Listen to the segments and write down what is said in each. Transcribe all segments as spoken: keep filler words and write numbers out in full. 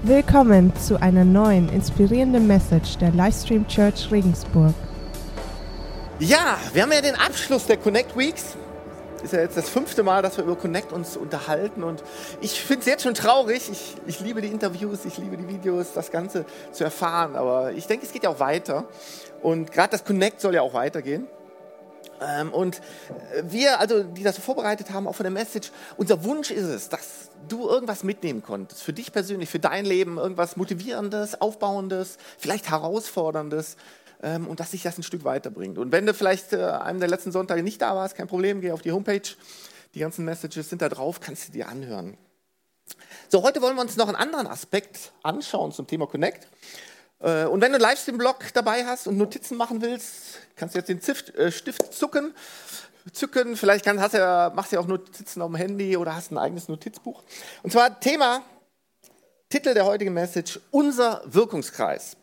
Willkommen zu einer neuen, inspirierenden Message der Livestream Church Regensburg. Ja, wir haben ja den Abschluss der Connect Weeks. Ist ja jetzt das fünfte Mal, dass wir über Connect uns unterhalten. Und ich finde es jetzt schon traurig. Ich, ich liebe die Interviews, ich liebe die Videos, das Ganze zu erfahren. Aber ich denke, es geht ja auch weiter. Und gerade das Connect soll ja auch weitergehen. Ähm, und wir, also die das so vorbereitet haben, auch von der Message, unser Wunsch ist es, dass du irgendwas mitnehmen konntest. Für dich persönlich, für dein Leben, irgendwas Motivierendes, Aufbauendes, vielleicht Herausforderndes. Ähm, und dass sich das ein Stück weiterbringt. Und wenn du vielleicht äh, einem der letzten Sonntage nicht da warst, kein Problem, geh auf die Homepage. Die ganzen Messages sind da drauf, kannst du dir anhören. So, heute wollen wir uns noch einen anderen Aspekt anschauen zum Thema Connect. Äh, und wenn du einen Livestream-Blog dabei hast und Notizen machen willst, kannst du jetzt den Zift, äh, Stift zucken, zücken. Vielleicht kann, hast du ja, machst du ja auch Notizen auf dem Handy oder hast ein eigenes Notizbuch. Und zwar Thema, Titel der heutigen Message, unser Wirkungskreis.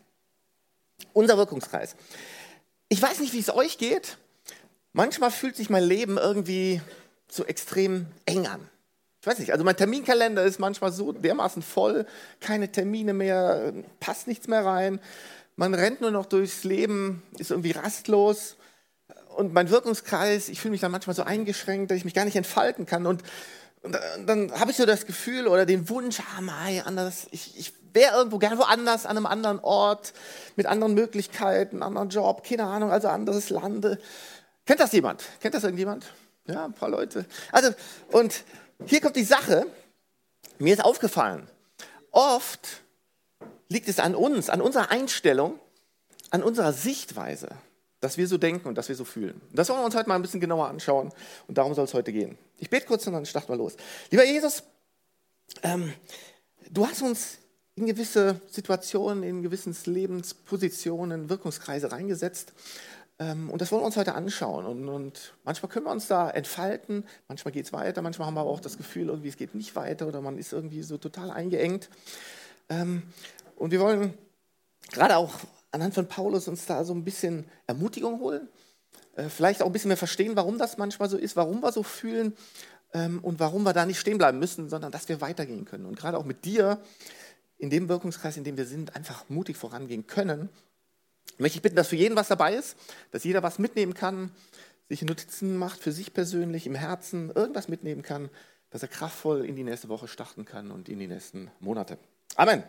Unser Wirkungskreis. Ich weiß nicht, wie es euch geht. Manchmal fühlt sich mein Leben irgendwie so extrem eng an. Ich weiß nicht, also mein Terminkalender ist manchmal so dermaßen voll, keine Termine mehr, passt nichts mehr rein. Man rennt nur noch durchs Leben, ist irgendwie rastlos. Und mein Wirkungskreis, ich fühle mich dann manchmal so eingeschränkt, dass ich mich gar nicht entfalten kann. Und, und dann habe ich so das Gefühl oder den Wunsch, ah, mei, anders, ich, ich wäre irgendwo gern woanders, an einem anderen Ort, mit anderen Möglichkeiten, anderen Job, keine Ahnung, also anderes Land. Kennt das jemand? Kennt das irgendjemand? Ja, ein paar Leute. Also, und hier kommt die Sache. Mir ist aufgefallen, oft liegt es an uns, an unserer Einstellung, an unserer Sichtweise, dass wir so denken und dass wir so fühlen. Und das wollen wir uns heute mal ein bisschen genauer anschauen und darum soll es heute gehen. Ich bete kurz und dann starten wir los. Lieber Jesus, ähm, du hast uns in gewisse Situationen, in gewissen Lebenspositionen, Wirkungskreise reingesetzt. Ähm, und das wollen wir uns heute anschauen. Und, und manchmal können wir uns da entfalten, manchmal geht es weiter, manchmal haben wir aber auch das Gefühl, irgendwie es geht nicht weiter oder man ist irgendwie so total eingeengt. Ähm, und wir wollen gerade auch anhand von Paulus uns da so ein bisschen Ermutigung holen. Äh, vielleicht auch ein bisschen mehr verstehen, warum das manchmal so ist, warum wir so fühlen ähm, und warum wir da nicht stehen bleiben müssen, sondern dass wir weitergehen können. Und gerade auch mit dir, in dem Wirkungskreis, in dem wir sind, einfach mutig vorangehen können. Möchte ich bitten, dass für jeden was dabei ist, dass jeder was mitnehmen kann, sich Notizen macht für sich persönlich, im Herzen, irgendwas mitnehmen kann, dass er kraftvoll in die nächste Woche starten kann und in die nächsten Monate. Amen.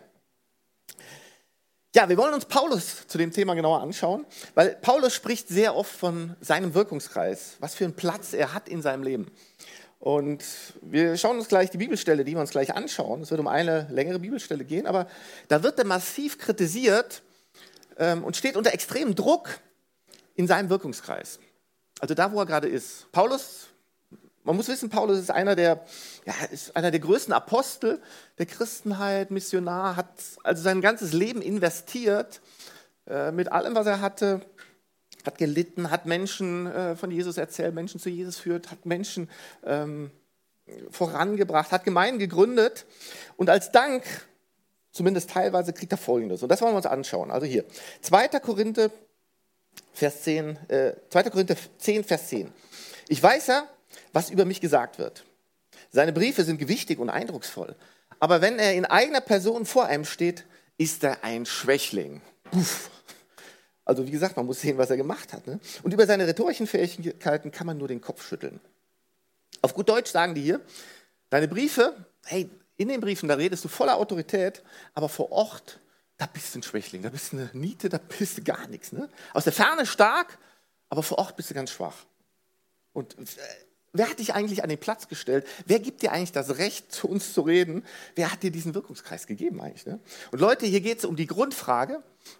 Ja, wir wollen uns Paulus zu dem Thema genauer anschauen, weil Paulus spricht sehr oft von seinem Wirkungskreis, was für einen Platz er hat in seinem Leben. Und wir schauen uns gleich die Bibelstelle, die wir uns gleich anschauen. Es wird um eine längere Bibelstelle gehen, aber da wird er massiv kritisiert ähm, und steht unter extremem Druck in seinem Wirkungskreis. Also da, wo er gerade ist. Paulus, man muss wissen, Paulus ist einer der, ja, ist einer der größten Apostel der Christenheit, Missionar, hat also sein ganzes Leben investiert äh, mit allem, was er hatte. Hat gelitten, hat Menschen äh, von Jesus erzählt, Menschen zu Jesus führt, hat Menschen ähm, vorangebracht, hat Gemeinden gegründet und als Dank, zumindest teilweise, kriegt er Folgendes. Und das wollen wir uns anschauen. Also hier, zweiter Korinther, Vers zehn, äh, zweiter Korinther zehn, Vers zehn. Ich weiß ja, was über mich gesagt wird. Seine Briefe sind gewichtig und eindrucksvoll. Aber wenn er in eigener Person vor einem steht, ist er ein Schwächling. Uff. Also wie gesagt, man muss sehen, was er gemacht hat. Ne? Und über seine rhetorischen Fähigkeiten kann man nur den Kopf schütteln. Auf gut Deutsch sagen die hier, deine Briefe, hey, in den Briefen, da redest du voller Autorität, aber vor Ort, da bist du ein Schwächling, da bist du eine Niete, da bist du gar nichts. Ne? Aus der Ferne stark, aber vor Ort bist du ganz schwach. Und wer hat dich eigentlich an den Platz gestellt? Wer gibt dir eigentlich das Recht, zu uns zu reden? Wer hat dir diesen Wirkungskreis gegeben eigentlich? Ne? Und Leute, hier geht es um die Grundfrage,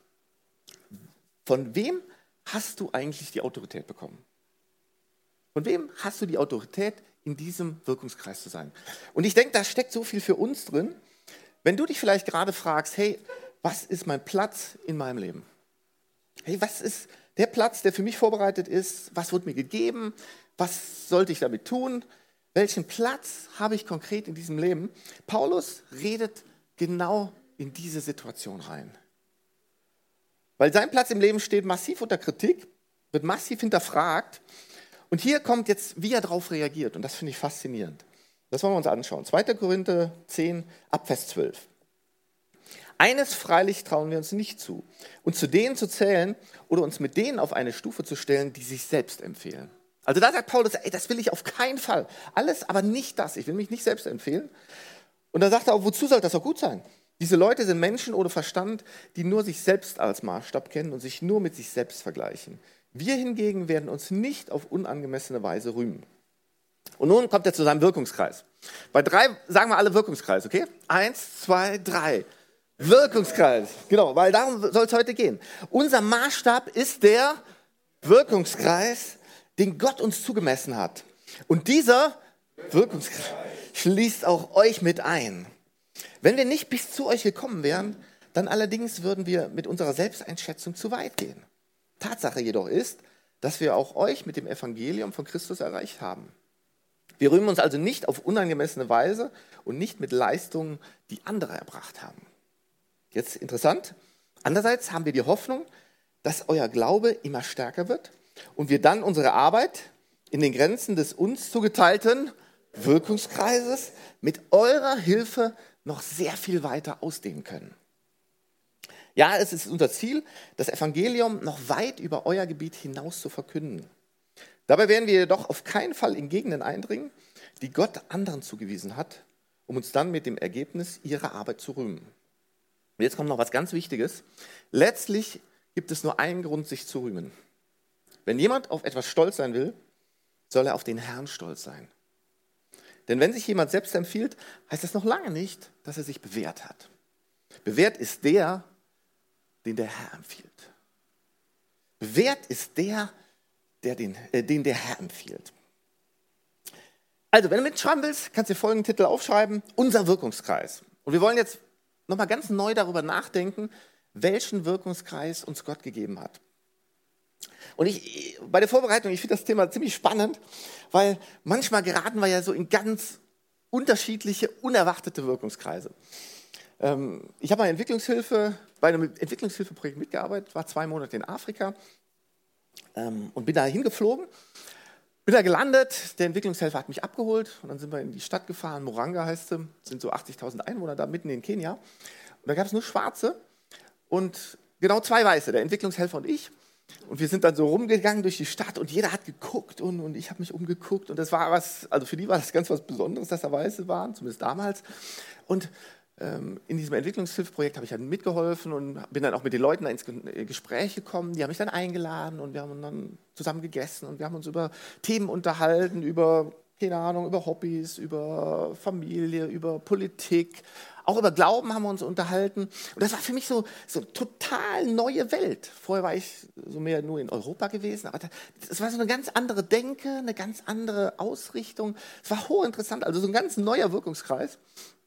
von wem hast du eigentlich die Autorität bekommen? Von wem hast du die Autorität, in diesem Wirkungskreis zu sein? Und ich denke, da steckt so viel für uns drin. Wenn du dich vielleicht gerade fragst, hey, was ist mein Platz in meinem Leben? Hey, was ist der Platz, der für mich vorbereitet ist? Was wird mir gegeben? Was sollte ich damit tun? Welchen Platz habe ich konkret in diesem Leben? Paulus redet genau in diese Situation rein. Weil sein Platz im Leben steht massiv unter Kritik, wird massiv hinterfragt. Und hier kommt jetzt, wie er darauf reagiert. Und das finde ich faszinierend. Das wollen wir uns anschauen. zweiter Korinther zehn, ab Vers zwölf. Eines freilich trauen wir uns nicht zu, uns zu denen zu zählen oder uns mit denen auf eine Stufe zu stellen, die sich selbst empfehlen. Also da sagt Paulus, ey, das will ich auf keinen Fall. Alles, aber nicht das. Ich will mich nicht selbst empfehlen. Und dann sagt er auch, wozu soll das auch gut sein? Diese Leute sind Menschen ohne Verstand, die nur sich selbst als Maßstab kennen und sich nur mit sich selbst vergleichen. Wir hingegen werden uns nicht auf unangemessene Weise rühmen. Und nun kommt er zu seinem Wirkungskreis. Bei drei sagen wir alle Wirkungskreis, okay? Eins, zwei, drei. Wirkungskreis. Genau, weil darum soll es heute gehen. Unser Maßstab ist der Wirkungskreis, den Gott uns zugemessen hat. Und dieser Wirkungskreis schließt auch euch mit ein. Wenn wir nicht bis zu euch gekommen wären, dann allerdings würden wir mit unserer Selbsteinschätzung zu weit gehen. Tatsache jedoch ist, dass wir auch euch mit dem Evangelium von Christus erreicht haben. Wir rühmen uns also nicht auf unangemessene Weise und nicht mit Leistungen, die andere erbracht haben. Jetzt interessant. Andererseits haben wir die Hoffnung, dass euer Glaube immer stärker wird und wir dann unsere Arbeit in den Grenzen des uns zugeteilten Wirkungskreises mit eurer Hilfe noch sehr viel weiter ausdehnen können. Ja, es ist unser Ziel, das Evangelium noch weit über euer Gebiet hinaus zu verkünden. Dabei werden wir jedoch auf keinen Fall in Gegenden eindringen, die Gott anderen zugewiesen hat, um uns dann mit dem Ergebnis ihrer Arbeit zu rühmen. Und jetzt kommt noch was ganz Wichtiges. Letztlich gibt es nur einen Grund, sich zu rühmen. Wenn jemand auf etwas stolz sein will, soll er auf den Herrn stolz sein. Denn wenn sich jemand selbst empfiehlt, heißt das noch lange nicht, dass er sich bewährt hat. Bewährt ist der, den der Herr empfiehlt. Bewährt ist der, der den, äh, den der Herr empfiehlt. Also, wenn du mitschreiben willst, kannst du dir folgenden Titel aufschreiben: Unser Wirkungskreis. Und wir wollen jetzt nochmal ganz neu darüber nachdenken, welchen Wirkungskreis uns Gott gegeben hat. Und ich, bei der Vorbereitung, ich finde das Thema ziemlich spannend, weil manchmal geraten wir ja so in ganz unterschiedliche, unerwartete Wirkungskreise. Ähm, ich habe bei Entwicklungshilfe, bei einem Entwicklungshilfeprojekt mitgearbeitet, war zwei Monate in Afrika ähm, und bin da hingeflogen, bin da gelandet, der Entwicklungshelfer hat mich abgeholt und dann sind wir in die Stadt gefahren, Muranga heißt sie, sind so achtzigtausend Einwohner da mitten in Kenia. Und da gab es nur Schwarze und genau zwei Weiße, der Entwicklungshelfer und ich. Und wir sind dann so rumgegangen durch die Stadt und jeder hat geguckt und, und ich habe mich umgeguckt und das war was, also für die war das ganz was Besonderes, dass da Weiße waren, zumindest damals. Und ähm, in diesem Entwicklungshilfeprojekt habe ich dann mitgeholfen und bin dann auch mit den Leuten ins Gespräch gekommen. Die haben mich dann eingeladen und wir haben dann zusammen gegessen und wir haben uns über Themen unterhalten, über, keine Ahnung, über Hobbys, über Familie, über Politik. Auch über Glauben haben wir uns unterhalten. Und das war für mich so so eine total neue Welt. Vorher war ich so mehr nur in Europa gewesen. Aber das war so eine ganz andere Denke, eine ganz andere Ausrichtung. Es war hochinteressant, also so ein ganz neuer Wirkungskreis.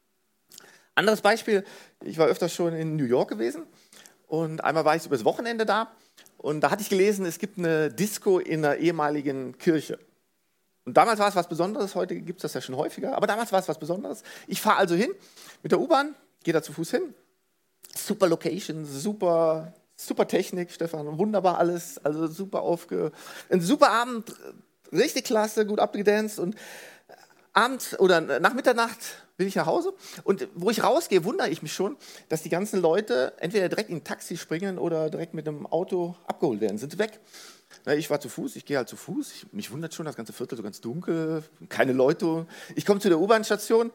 Anderes Beispiel, ich war öfters schon in New York gewesen. Und einmal war ich so übers Wochenende da. Und da hatte ich gelesen, es gibt eine Disco in einer ehemaligen Kirche. Und damals war es was Besonderes, heute gibt es das ja schon häufiger, aber damals war es was Besonderes. Ich fahre also hin mit der U-Bahn, gehe da zu Fuß hin. Super Location, super, super Technik, Stefan, wunderbar alles, also super aufge... Ein super Abend, richtig klasse, gut abgedanced und abends oder nach Mitternacht bin ich nach Hause und wo ich rausgehe, wundere ich mich schon, dass die ganzen Leute entweder direkt in ein Taxi springen oder direkt mit einem Auto abgeholt werden, sind weg. Ich war zu Fuß, ich gehe halt zu Fuß. Ich, mich wundert schon, das ganze Viertel so ganz dunkel, keine Leute. Ich komme zu der U-Bahn-Station,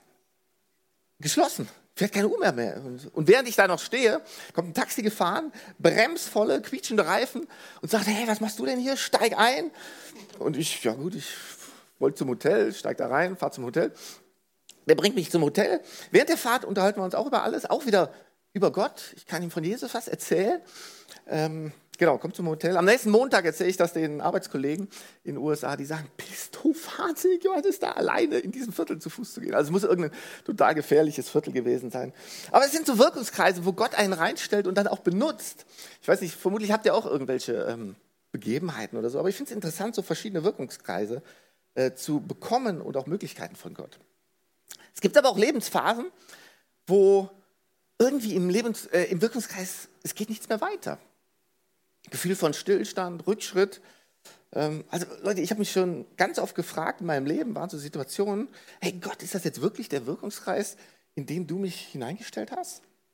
geschlossen, fährt keine U mehr mehr. Und während ich da noch stehe, kommt ein Taxi gefahren, bremsvolle, quietschende Reifen und sagt, hey, was machst du denn hier? Steig ein. Und ich, ja gut, ich wollte zum Hotel, steig da rein, fahr zum Hotel. Der bringt mich zum Hotel. Während der Fahrt unterhalten wir uns auch über alles, auch wieder über Gott. Ich kann ihm von Jesus was erzählen. Ähm, Genau, kommt zum Hotel. Am nächsten Montag erzähle ich das den Arbeitskollegen in den U S A, die sagen, bist du wahnsinnig, Johannes, da alleine in diesem Viertel zu Fuß zu gehen. Also es muss irgendein total gefährliches Viertel gewesen sein. Aber es sind so Wirkungskreise, wo Gott einen reinstellt und dann auch benutzt. Ich weiß nicht, vermutlich habt ihr auch irgendwelche ähm, Begebenheiten oder so, aber ich finde es interessant, so verschiedene Wirkungskreise äh, zu bekommen und auch Möglichkeiten von Gott. Es gibt aber auch Lebensphasen, wo irgendwie im, Lebens-, äh, im Wirkungskreis, es geht nichts mehr weiter. Gefühl von Stillstand, Rückschritt. Also Leute, ich habe mich schon ganz oft gefragt in meinem Leben, waren so Situationen, hey Gott, ist das jetzt wirklich der Wirkungskreis, in den du mich hineingestellt hast?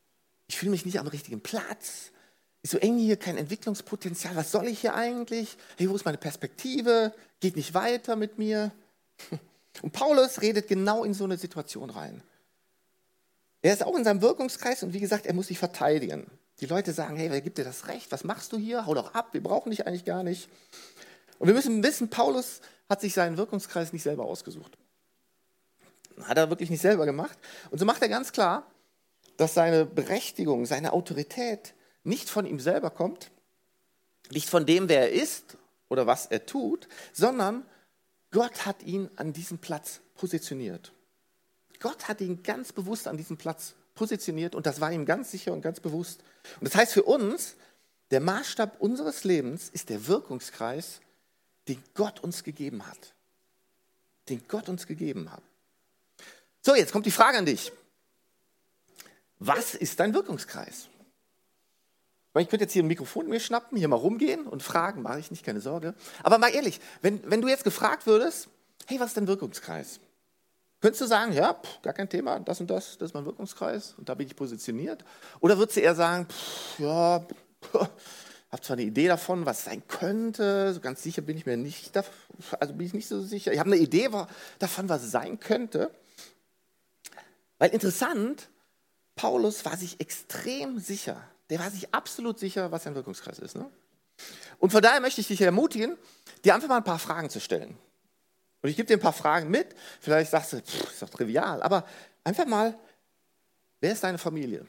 Ich fühle mich nicht am richtigen Platz. Ist so eng hier, kein Entwicklungspotenzial. Was soll ich hier eigentlich? Hey, wo ist meine Perspektive? Geht nicht weiter mit mir. Und Paulus redet genau in so eine Situation rein. Er ist auch in seinem Wirkungskreis und wie gesagt, er muss sich verteidigen. Die Leute sagen, hey, wer gibt dir das Recht? Was machst du hier? Hau doch ab, wir brauchen dich eigentlich gar nicht. Und wir müssen wissen, Paulus hat sich seinen Wirkungskreis nicht selber ausgesucht. Hat er wirklich nicht selber gemacht. Und so macht er ganz klar, dass seine Berechtigung, seine Autorität nicht von ihm selber kommt, nicht von dem, wer er ist oder was er tut, sondern Gott hat ihn an diesem Platz positioniert. Gott hat ihn ganz bewusst an diesem Platz positioniert und das war ihm ganz sicher und ganz bewusst. Und das heißt für uns, der Maßstab unseres Lebens ist der Wirkungskreis, den Gott uns gegeben hat. Den Gott uns gegeben hat. So, jetzt kommt die Frage an dich. Was ist dein Wirkungskreis? Ich könnte jetzt hier ein Mikrofon mir schnappen, hier mal rumgehen und fragen, mache ich nicht, keine Sorge. Aber mal ehrlich, wenn, wenn du jetzt gefragt würdest, hey, was ist dein Wirkungskreis? Könntest du sagen, ja, pff, gar kein Thema, das und das, das ist mein Wirkungskreis und da bin ich positioniert? Oder würdest du eher sagen, pff, ja, habe zwar eine Idee davon, was es sein könnte, so ganz sicher bin ich mir nicht, also bin ich nicht so sicher. Ich habe eine Idee davon, was es sein könnte. Weil interessant, Paulus war sich extrem sicher, der war sich absolut sicher, was sein Wirkungskreis ist. Ne? Und von daher möchte ich dich ermutigen, dir einfach mal ein paar Fragen zu stellen. Und ich gebe dir ein paar Fragen mit, vielleicht sagst du, pff, ist doch trivial, aber einfach mal, wer ist deine Familie?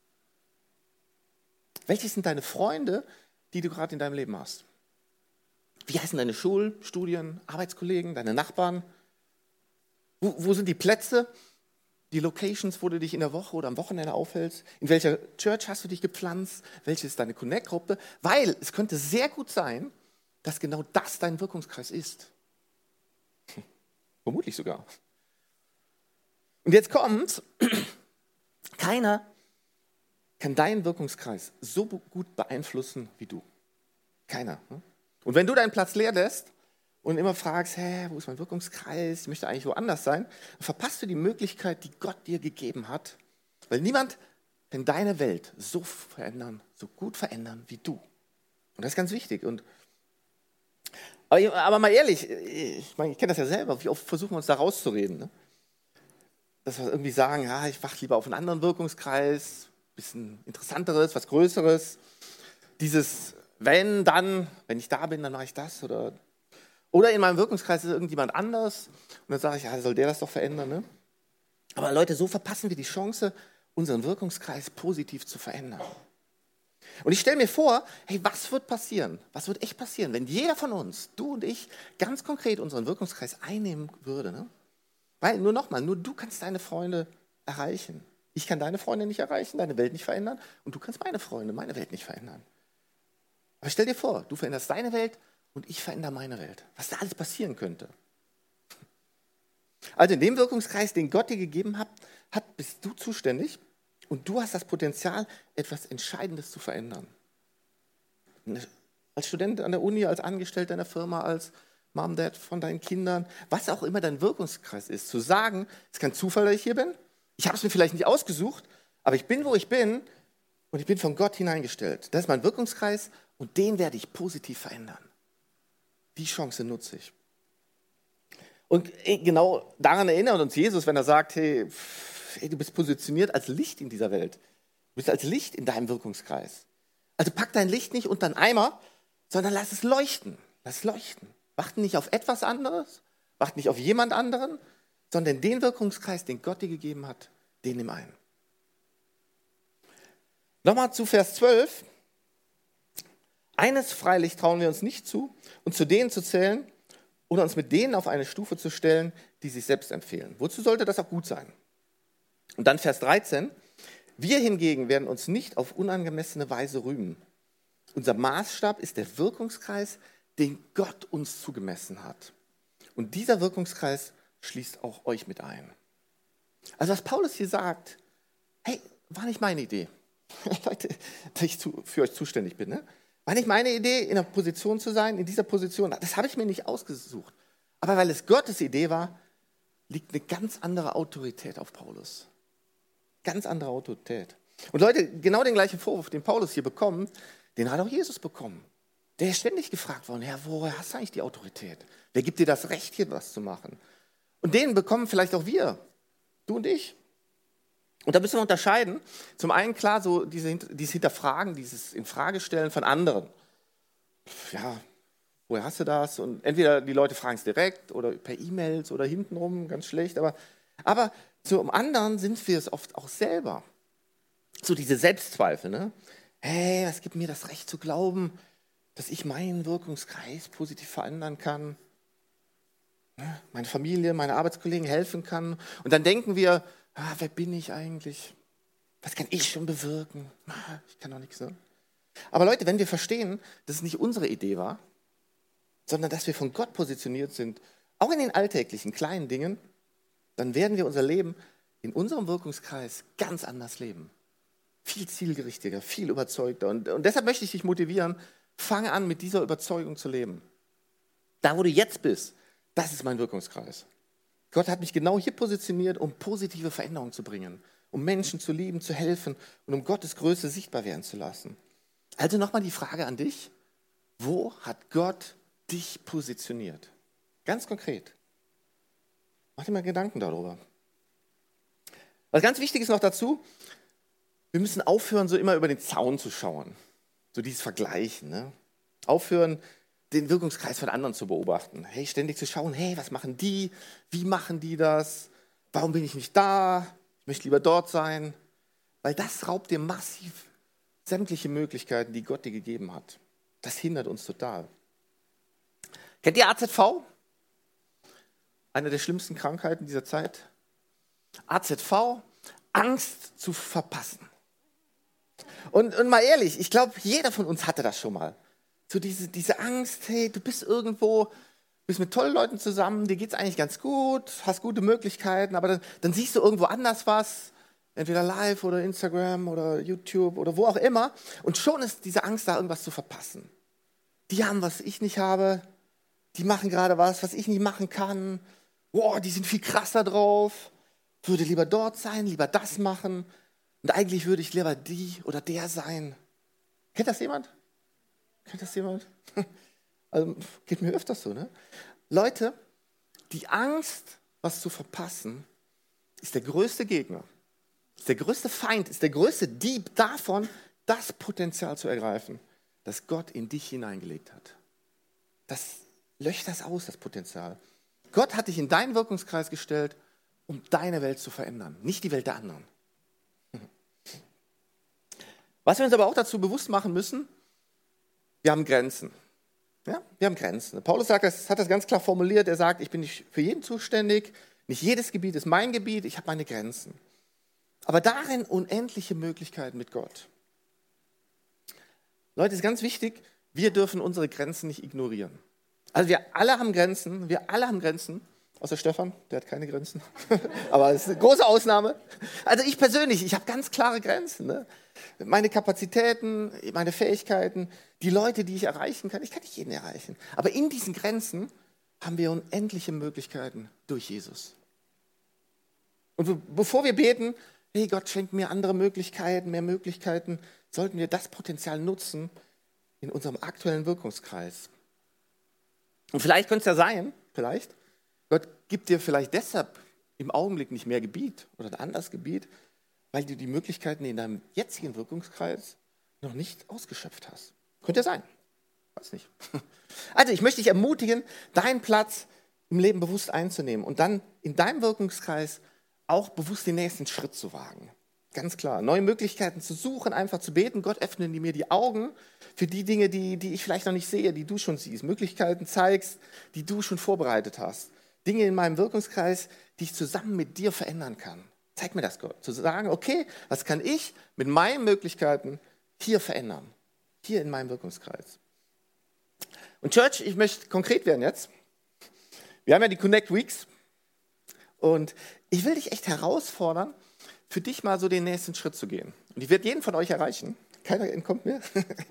Welche sind deine Freunde, die du gerade in deinem Leben hast? Wie heißen deine Schul-, Studien-, Arbeitskollegen, deine Nachbarn? Wo, wo sind die Plätze? Die Locations, wo du dich in der Woche oder am Wochenende aufhältst, in welcher Church hast du dich gepflanzt, welche ist deine Connect-Gruppe, weil es könnte sehr gut sein, dass genau das dein Wirkungskreis ist. Hm, vermutlich sogar. Und jetzt kommt's, keiner kann deinen Wirkungskreis so gut beeinflussen wie du. Keiner. Ne? Und wenn du deinen Platz leer lässt, und immer fragst, hä, wo ist mein Wirkungskreis, ich möchte eigentlich woanders sein, dann verpasst du die Möglichkeit, die Gott dir gegeben hat. Weil niemand kann deine Welt so verändern, so gut verändern wie du. Und das ist ganz wichtig. Und, aber, aber mal ehrlich, ich, meine, ich kenne das ja selber, wie oft versuchen wir uns da rauszureden. Ne? Dass wir irgendwie sagen, ja, ich warte lieber auf einen anderen Wirkungskreis, ein bisschen interessanteres, was Größeres. Dieses, wenn, dann, wenn ich da bin, dann mache ich das oder... Oder in meinem Wirkungskreis ist irgendjemand anders und dann sage ich, ja, soll der das doch verändern? Ne? Aber Leute, so verpassen wir die Chance, unseren Wirkungskreis positiv zu verändern. Und ich stelle mir vor, hey, was wird passieren? Was wird echt passieren, wenn jeder von uns, du und ich, ganz konkret unseren Wirkungskreis einnehmen würde? Ne? Weil, nur nochmal, nur du kannst deine Freunde erreichen. Ich kann deine Freunde nicht erreichen, deine Welt nicht verändern und du kannst meine Freunde, meine Welt nicht verändern. Aber stell dir vor, du veränderst deine Welt, und ich verändere meine Welt. Was da alles passieren könnte. Also in dem Wirkungskreis, den Gott dir gegeben hat, hat, bist du zuständig und du hast das Potenzial, etwas Entscheidendes zu verändern. Als Student an der Uni, als Angestellter in der Firma, als Mom, Dad von deinen Kindern, was auch immer dein Wirkungskreis ist, zu sagen, es ist kein Zufall, dass ich hier bin, ich habe es mir vielleicht nicht ausgesucht, aber ich bin, wo ich bin und ich bin von Gott hineingestellt. Das ist mein Wirkungskreis und den werde ich positiv verändern. Die Chance nutze ich. Und genau daran erinnert uns Jesus, wenn er sagt, hey, hey, du bist positioniert als Licht in dieser Welt. Du bist als Licht in deinem Wirkungskreis. Also pack dein Licht nicht unter einen Eimer, sondern lass es leuchten. Lass es leuchten. Warte nicht auf etwas anderes, warte nicht auf jemand anderen, sondern den Wirkungskreis, den Gott dir gegeben hat, den nimm ein. Nochmal zu Vers zwölf. Eines freilich trauen wir uns nicht zu, uns zu denen zu zählen oder uns mit denen auf eine Stufe zu stellen, die sich selbst empfehlen. Wozu sollte das auch gut sein? Und dann Vers dreizehn. Wir hingegen werden uns nicht auf unangemessene Weise rühmen. Unser Maßstab ist der Wirkungskreis, den Gott uns zugemessen hat. Und dieser Wirkungskreis schließt auch euch mit ein. Also was Paulus hier sagt, hey, war nicht meine Idee. Leute, dass ich für euch zuständig bin, ne? War nicht meine Idee, in einer Position zu sein, in dieser Position. Das habe ich mir nicht ausgesucht. Aber weil es Gottes Idee war, liegt eine ganz andere Autorität auf Paulus. Ganz andere Autorität. Und Leute, genau den gleichen Vorwurf, den Paulus hier bekommt, den hat auch Jesus bekommen. Der ist ständig gefragt worden, Herr, woher hast du eigentlich die Autorität? Wer gibt dir das Recht, hier was zu machen? Und den bekommen vielleicht auch wir, du und ich. Und da müssen wir unterscheiden. Zum einen klar, so diese, dieses Hinterfragen, dieses Infragestellen von anderen. Ja, woher hast du das? Und entweder die Leute fragen es direkt oder per E-Mails oder hintenrum, ganz schlecht. Aber, aber zum anderen sind wir es oft auch selber. So diese Selbstzweifel, ne? Hey, was gibt mir das Recht zu glauben, dass ich meinen Wirkungskreis positiv verändern kann? Meine Familie, meine Arbeitskollegen helfen kann. Und dann denken wir, ah, wer bin ich eigentlich? Was kann ich schon bewirken? Ah, ich kann doch nichts. Ne? Aber Leute, wenn wir verstehen, dass es nicht unsere Idee war, sondern dass wir von Gott positioniert sind, auch in den alltäglichen kleinen Dingen, dann werden wir unser Leben in unserem Wirkungskreis ganz anders leben. Viel zielgerichteter, viel überzeugter. Und, und deshalb möchte ich dich motivieren, fange an, mit dieser Überzeugung zu leben. Da, wo du jetzt bist, das ist mein Wirkungskreis. Gott hat mich genau hier positioniert, um positive Veränderungen zu bringen, um Menschen zu lieben, zu helfen und um Gottes Größe sichtbar werden zu lassen. Also nochmal die Frage an dich, wo hat Gott dich positioniert? Ganz konkret. Mach dir mal Gedanken darüber. Was ganz wichtig ist noch dazu, wir müssen aufhören, so immer über den Zaun zu schauen. So dieses Vergleichen. Ne? Aufhören, den Wirkungskreis von anderen zu beobachten. Hey, ständig zu schauen, hey, was machen die? Wie machen die das? Warum bin ich nicht da? Ich möchte lieber dort sein. Weil das raubt dir massiv sämtliche Möglichkeiten, die Gott dir gegeben hat. Das hindert uns total. Kennt ihr A Z V? Eine der schlimmsten Krankheiten dieser Zeit. A Z V, Angst zu verpassen. Und, und mal ehrlich, ich glaube, jeder von uns hatte das schon mal. So diese, diese Angst, hey, du bist irgendwo, bist mit tollen Leuten zusammen, dir geht es eigentlich ganz gut, hast gute Möglichkeiten, aber dann, dann siehst du irgendwo anders was, entweder live oder Instagram oder YouTube oder wo auch immer, und schon ist diese Angst da, irgendwas zu verpassen. Die haben, was ich nicht habe, die machen gerade was, was ich nicht machen kann. Wow, die sind viel krasser drauf, würde lieber dort sein, lieber das machen und eigentlich würde ich lieber die oder der sein. Kennt das jemand? Kennt das jemand? Also, geht mir öfters so, ne? Leute, die Angst, was zu verpassen, ist der größte Gegner, ist der größte Feind, ist der größte Dieb davon, das Potenzial zu ergreifen, das Gott in dich hineingelegt hat. Das löscht das aus, das Potenzial. Gott hat dich in deinen Wirkungskreis gestellt, um deine Welt zu verändern, nicht die Welt der anderen. Was wir uns aber auch dazu bewusst machen müssen, wir haben Grenzen. Ja, wir haben Grenzen. Paulus sagt, das, hat das ganz klar formuliert. Er sagt, ich bin nicht für jeden zuständig. Nicht jedes Gebiet ist mein Gebiet. Ich habe meine Grenzen. Aber darin unendliche Möglichkeiten mit Gott. Leute, es ist ganz wichtig, wir dürfen unsere Grenzen nicht ignorieren. Also wir alle haben Grenzen. Wir alle haben Grenzen. Außer Stefan, der hat keine Grenzen. Aber es ist eine große Ausnahme. Also ich persönlich, ich habe ganz klare Grenzen. Ne? Meine Kapazitäten, meine Fähigkeiten, die Leute, die ich erreichen kann, ich kann nicht jeden erreichen. Aber in diesen Grenzen haben wir unendliche Möglichkeiten durch Jesus. Und bevor wir beten, hey Gott, schenk mir andere Möglichkeiten, mehr Möglichkeiten, sollten wir das Potenzial nutzen in unserem aktuellen Wirkungskreis. Und vielleicht könnte es ja sein, vielleicht, Gott gibt dir vielleicht deshalb im Augenblick nicht mehr Gebiet oder ein anderes Gebiet, weil du die Möglichkeiten in deinem jetzigen Wirkungskreis noch nicht ausgeschöpft hast. Könnte ja sein. Weiß nicht. Also ich möchte dich ermutigen, deinen Platz im Leben bewusst einzunehmen und dann in deinem Wirkungskreis auch bewusst den nächsten Schritt zu wagen. Ganz klar. Neue Möglichkeiten zu suchen, einfach zu beten. Gott, öffne mir die Augen für die Dinge, die, die ich vielleicht noch nicht sehe, die du schon siehst. Möglichkeiten zeigst, die du schon vorbereitet hast. Dinge in meinem Wirkungskreis, die ich zusammen mit dir verändern kann. Zeig mir das, Gott. Zu sagen, okay, was kann ich mit meinen Möglichkeiten hier verändern? Hier in meinem Wirkungskreis. Und Church, ich möchte konkret werden jetzt. Wir haben ja die Connect Weeks. Und ich will dich echt herausfordern, für dich mal so den nächsten Schritt zu gehen. Und ich werde jeden von euch erreichen. Keiner entkommt mir.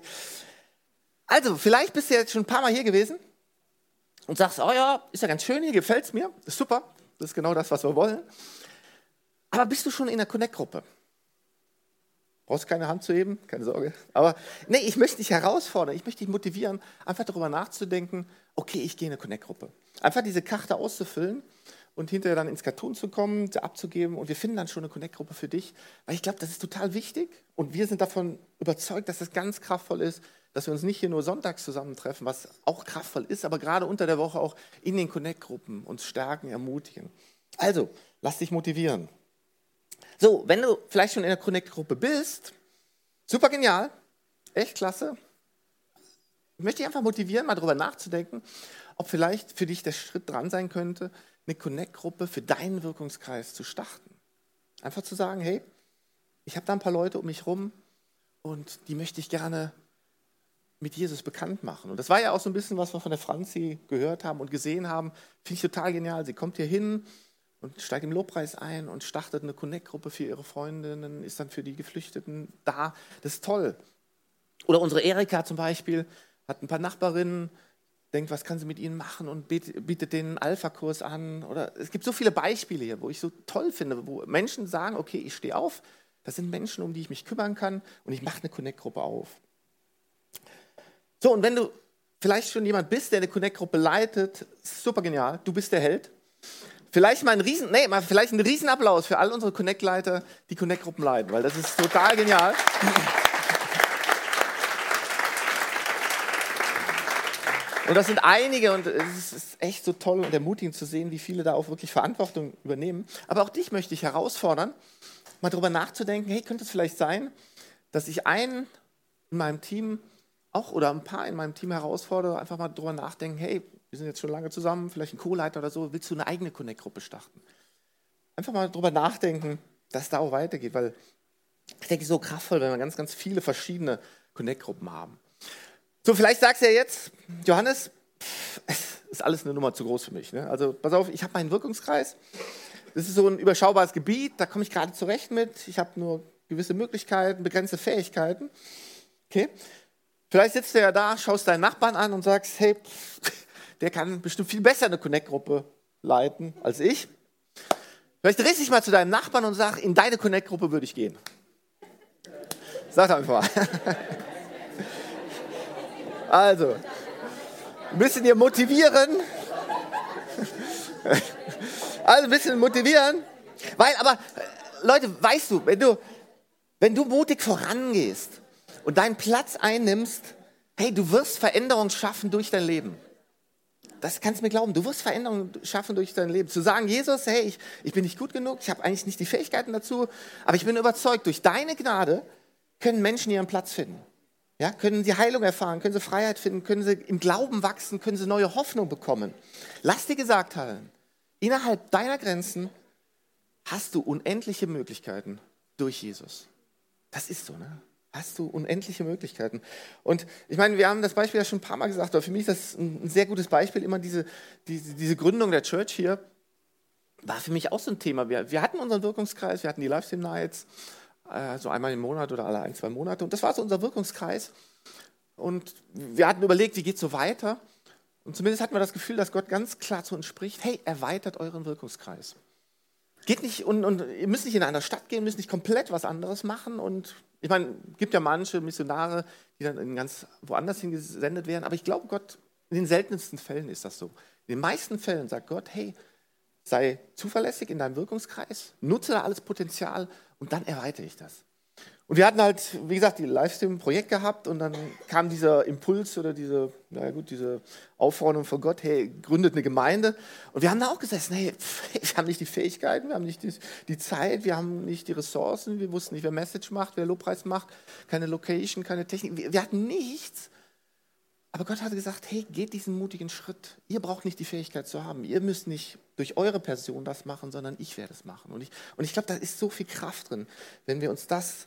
Also, vielleicht bist du jetzt schon ein paar Mal hier gewesen und sagst, oh ja, ist ja ganz schön hier, gefällt es mir, ist super, das ist genau das, was wir wollen. Aber bist du schon in der Connect-Gruppe? Brauchst keine Hand zu heben, keine Sorge. Aber nee, ich möchte dich herausfordern, ich möchte dich motivieren, einfach darüber nachzudenken, okay, ich gehe in eine Connect-Gruppe. Einfach diese Karte auszufüllen und hinterher dann ins Cartoon zu kommen, sie abzugeben und wir finden dann schon eine Connect-Gruppe für dich. Weil ich glaube, das ist total wichtig und wir sind davon überzeugt, dass das ganz kraftvoll ist, dass wir uns nicht hier nur sonntags zusammentreffen, was auch kraftvoll ist, aber gerade unter der Woche auch in den Connect-Gruppen uns stärken, ermutigen. Also, lass dich motivieren. So, wenn du vielleicht schon in der Connect-Gruppe bist, super genial, echt klasse. Ich möchte dich einfach motivieren, mal darüber nachzudenken, ob vielleicht für dich der Schritt dran sein könnte, eine Connect-Gruppe für deinen Wirkungskreis zu starten. Einfach zu sagen, hey, ich habe da ein paar Leute um mich rum und die möchte ich gerne mit Jesus bekannt machen. Und das war ja auch so ein bisschen, was wir von der Franzi gehört haben und gesehen haben. Finde ich total genial. Sie kommt hier hin und steigt im Lobpreis ein und startet eine Connect-Gruppe für ihre Freundinnen, ist dann für die Geflüchteten da. Das ist toll. Oder unsere Erika zum Beispiel hat ein paar Nachbarinnen, denkt, was kann sie mit ihnen machen und bietet denen einen Alpha-Kurs an. Oder es gibt so viele Beispiele hier, wo ich so toll finde, wo Menschen sagen, okay, ich stehe auf, das sind Menschen, um die ich mich kümmern kann und ich mache eine Connect-Gruppe auf. So, und wenn du vielleicht schon jemand bist, der eine Connect-Gruppe leitet, super genial, du bist der Held. Vielleicht mal einen Riesen, nee, mal vielleicht einen Riesenapplaus für all unsere Connect-Leiter, die Connect-Gruppen leiten, weil das ist total genial. Und das sind einige und es ist echt so toll und ermutigend zu sehen, wie viele da auch wirklich Verantwortung übernehmen. Aber auch dich möchte ich herausfordern, mal darüber nachzudenken, hey, könnte es vielleicht sein, dass ich einen in meinem Team auch oder ein paar in meinem Team herausfordere, einfach mal darüber nachdenken, hey, wir sind jetzt schon lange zusammen, vielleicht ein Co-Leiter oder so, willst du eine eigene Connect-Gruppe starten? Einfach mal darüber nachdenken, dass es da auch weitergeht, weil ich denke, es ist so kraftvoll, wenn wir ganz, ganz viele verschiedene Connect-Gruppen haben. So, vielleicht sagst du ja jetzt, Johannes, pff, es ist alles eine Nummer zu groß für mich. Ne? Also pass auf, ich habe meinen Wirkungskreis, das ist so ein überschaubares Gebiet, da komme ich gerade zurecht mit, ich habe nur gewisse Möglichkeiten, begrenzte Fähigkeiten. Okay? Vielleicht sitzt du ja da, schaust deinen Nachbarn an und sagst, hey, pff, der kann bestimmt viel besser eine Connect-Gruppe leiten als ich. Vielleicht drehst du dich mal zu deinem Nachbarn und sag, in deine Connect-Gruppe würde ich gehen. Sag einfach. Also, ein bisschen hier motivieren. Also ein bisschen motivieren. Weil, aber, Leute, weißt du, wenn du, wenn du mutig vorangehst und deinen Platz einnimmst, hey, du wirst Veränderungen schaffen durch dein Leben. Das kannst du mir glauben, du wirst Veränderungen schaffen durch dein Leben. Zu sagen, Jesus, hey, ich, ich bin nicht gut genug, ich habe eigentlich nicht die Fähigkeiten dazu, aber ich bin überzeugt, durch deine Gnade können Menschen ihren Platz finden. Ja, können sie Heilung erfahren, können sie Freiheit finden, können sie im Glauben wachsen, können sie neue Hoffnung bekommen. Lass dir gesagt haben, innerhalb deiner Grenzen hast du unendliche Möglichkeiten durch Jesus. Das ist so, ne? Hast du unendliche Möglichkeiten. Und ich meine, wir haben das Beispiel ja schon ein paar Mal gesagt, aber für mich ist das ein sehr gutes Beispiel, immer diese, diese, diese Gründung der Church hier, war für mich auch so ein Thema. Wir, wir hatten unseren Wirkungskreis, wir hatten die Livestream Nights, äh, so einmal im Monat oder alle ein, zwei Monate. Und das war so unser Wirkungskreis. Und wir hatten überlegt, wie geht es so weiter? Und zumindest hatten wir das Gefühl, dass Gott ganz klar zu uns spricht, hey, erweitert euren Wirkungskreis. Geht nicht, und, und ihr müsst nicht in eine andere Stadt gehen, müsst nicht komplett was anderes machen. Und ich meine, es gibt ja manche Missionare, die dann in ganz woanders hingesendet werden. Aber ich glaube, Gott, in den seltensten Fällen ist das so. In den meisten Fällen sagt Gott, hey, sei zuverlässig in deinem Wirkungskreis, nutze da alles Potenzial und dann erweitere ich das. Und wir hatten halt, wie gesagt, die Livestream-Projekt gehabt und dann kam dieser Impuls oder diese, naja gut, diese Aufforderung von Gott, hey, gründet eine Gemeinde. Und wir haben da auch gesessen, hey, wir haben nicht die Fähigkeiten, wir haben nicht die, die Zeit, wir haben nicht die Ressourcen, wir wussten nicht, wer Message macht, wer Lobpreis macht, keine Location, keine Technik, wir, wir hatten nichts. Aber Gott hat gesagt, hey, geht diesen mutigen Schritt. Ihr braucht nicht die Fähigkeit zu haben. Ihr müsst nicht durch eure Person das machen, sondern ich werde es machen. Und ich, und ich glaube, da ist so viel Kraft drin, wenn wir uns das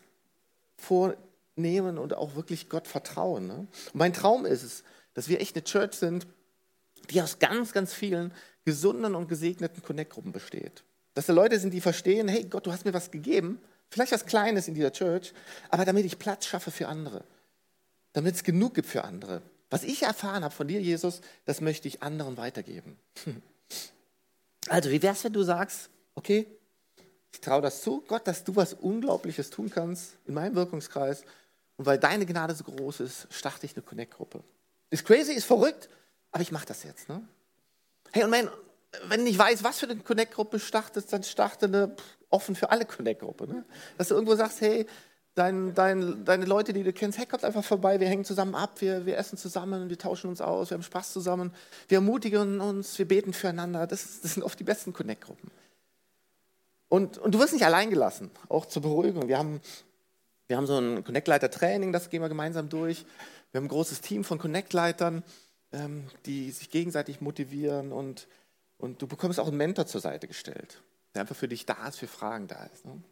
vornehmen und auch wirklich Gott vertrauen. Ne? Und mein Traum ist es, dass wir echt eine Church sind, die aus ganz, ganz vielen gesunden und gesegneten Connect-Gruppen besteht. Dass da Leute sind, die verstehen, hey Gott, du hast mir was gegeben, vielleicht was Kleines in dieser Church, aber damit ich Platz schaffe für andere. Damit es genug gibt für andere. Was ich erfahren habe von dir, Jesus, das möchte ich anderen weitergeben. Also, wie wär's, wenn du sagst, okay, Ich traue das zu, Gott, dass du was Unglaubliches tun kannst in meinem Wirkungskreis. Und weil deine Gnade so groß ist, starte ich eine Connect-Gruppe. Ist crazy, ist verrückt, aber ich mache das jetzt. Ne? Hey, und man, wenn du nicht weißt, was für eine Connect-Gruppe startest, dann starte eine pff, offen für alle Connect-Gruppe. Ne? Dass du irgendwo sagst, hey, dein, dein, deine Leute, die du kennst, hey, kommt einfach vorbei, wir hängen zusammen ab, wir, wir essen zusammen, wir tauschen uns aus, wir haben Spaß zusammen, wir ermutigen uns, wir beten füreinander. Das, das sind oft die besten Connect-Gruppen. Und, und du wirst nicht allein gelassen, auch zur Beruhigung. Wir haben, wir haben so ein Connect-Leiter-Training, das gehen wir gemeinsam durch. Wir haben ein großes Team von Connect-Leitern, ähm, die sich gegenseitig motivieren. Und, und du bekommst auch einen Mentor zur Seite gestellt, der einfach für dich da ist, für Fragen da ist. Ne?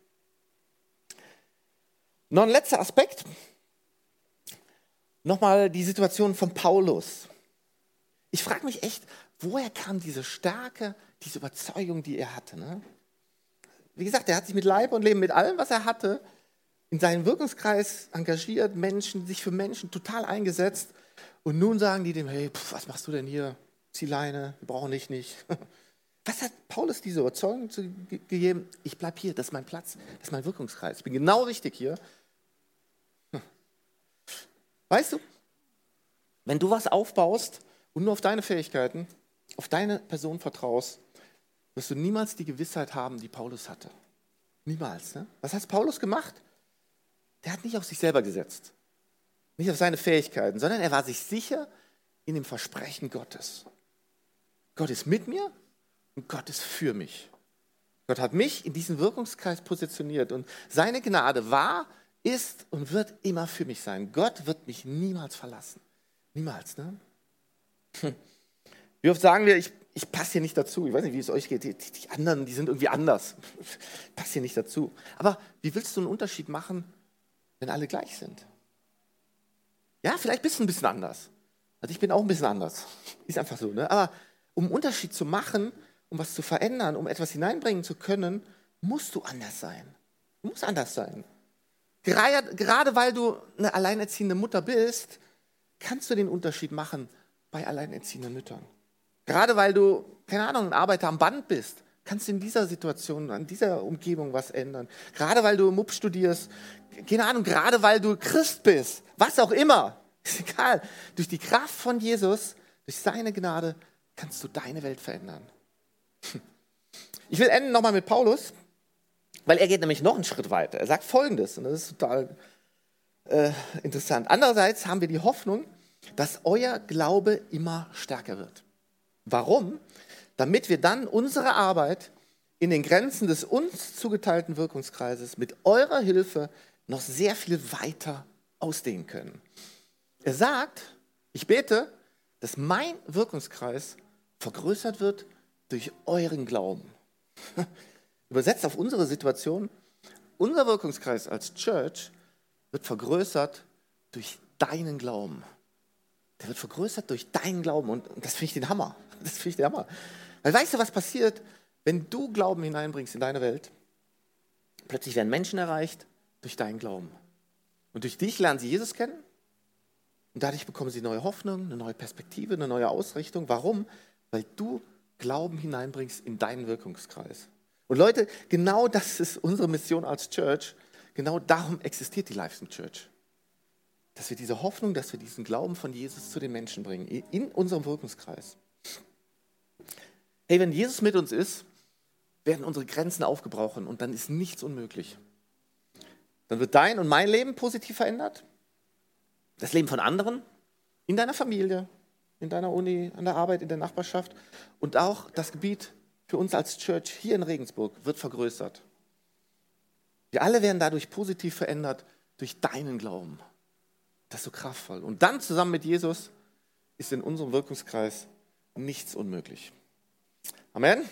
Noch ein letzter Aspekt. Nochmal die Situation von Paulus. Ich frage mich echt, woher kam diese Stärke, diese Überzeugung, die er hatte, ne? Wie gesagt, er hat sich mit Leib und Leben, mit allem, was er hatte, in seinen Wirkungskreis engagiert, Menschen, sich für Menschen total eingesetzt. Und nun sagen die dem, hey, pf, was machst du denn hier? Zieh Leine, wir brauchen dich nicht. Was hat Paulus diese Überzeugung zu, ge- gegeben? Ich bleibe hier, das ist mein Platz, das ist mein Wirkungskreis. Ich bin genau richtig hier. Hm. Weißt du, wenn du was aufbaust und nur auf deine Fähigkeiten, auf deine Person vertraust, wirst du niemals die Gewissheit haben, die Paulus hatte. Niemals. Ne? Was hat Paulus gemacht? Der hat nicht auf sich selber gesetzt, nicht auf seine Fähigkeiten, sondern er war sich sicher in dem Versprechen Gottes. Gott ist mit mir und Gott ist für mich. Gott hat mich in diesen Wirkungskreis positioniert und seine Gnade war, ist und wird immer für mich sein. Gott wird mich niemals verlassen. Niemals. Ne? Hm. Wie oft sagen wir, ich Ich passe hier nicht dazu. Ich weiß nicht, wie es euch geht. Die, die anderen, die sind irgendwie anders. Ich passe hier nicht dazu. Aber wie willst du einen Unterschied machen, wenn alle gleich sind? Ja, vielleicht bist du ein bisschen anders. Also ich bin auch ein bisschen anders. Ist einfach so. Ne? Aber um einen Unterschied zu machen, um was zu verändern, um etwas hineinbringen zu können, musst du anders sein. Du musst anders sein. Gerade, gerade weil du eine alleinerziehende Mutter bist, kannst du den Unterschied machen bei alleinerziehenden Müttern. Gerade weil du, keine Ahnung, ein Arbeiter am Band bist, kannst du in dieser Situation, an dieser Umgebung was ändern. Gerade weil du M U P studierst, keine Ahnung, gerade weil du Christ bist, was auch immer, ist egal. Durch die Kraft von Jesus, durch seine Gnade, kannst du deine Welt verändern. Ich will enden nochmal mit Paulus, weil er geht nämlich noch einen Schritt weiter. Er sagt Folgendes, und das ist total äh, interessant. Andererseits haben wir die Hoffnung, dass euer Glaube immer stärker wird. Warum? Damit wir dann unsere Arbeit in den Grenzen des uns zugeteilten Wirkungskreises mit eurer Hilfe noch sehr viel weiter ausdehnen können. Er sagt, ich bete, dass mein Wirkungskreis vergrößert wird durch euren Glauben. Übersetzt auf unsere Situation, unser Wirkungskreis als Church wird vergrößert durch deinen Glauben. Der wird vergrößert durch deinen Glauben und das finde ich den Hammer. Das finde ich der Hammer. Weil weißt du, was passiert, wenn du Glauben hineinbringst in deine Welt? Plötzlich werden Menschen erreicht durch deinen Glauben. Und durch dich lernen sie Jesus kennen und dadurch bekommen sie neue Hoffnung, eine neue Perspektive, eine neue Ausrichtung. Warum? Weil du Glauben hineinbringst in deinen Wirkungskreis. Und Leute, genau das ist unsere Mission als Church. Genau darum existiert die Livestream Church. Dass wir diese Hoffnung, dass wir diesen Glauben von Jesus zu den Menschen bringen, in unserem Wirkungskreis. Hey, wenn Jesus mit uns ist, werden unsere Grenzen aufgebrochen und dann ist nichts unmöglich. Dann wird dein und mein Leben positiv verändert, das Leben von anderen, in deiner Familie, in deiner Uni, an der Arbeit, in der Nachbarschaft und auch das Gebiet für uns als Church hier in Regensburg wird vergrößert. Wir alle werden dadurch positiv verändert durch deinen Glauben. Das ist so kraftvoll. Und dann zusammen mit Jesus ist in unserem Wirkungskreis nichts unmöglich. Amen.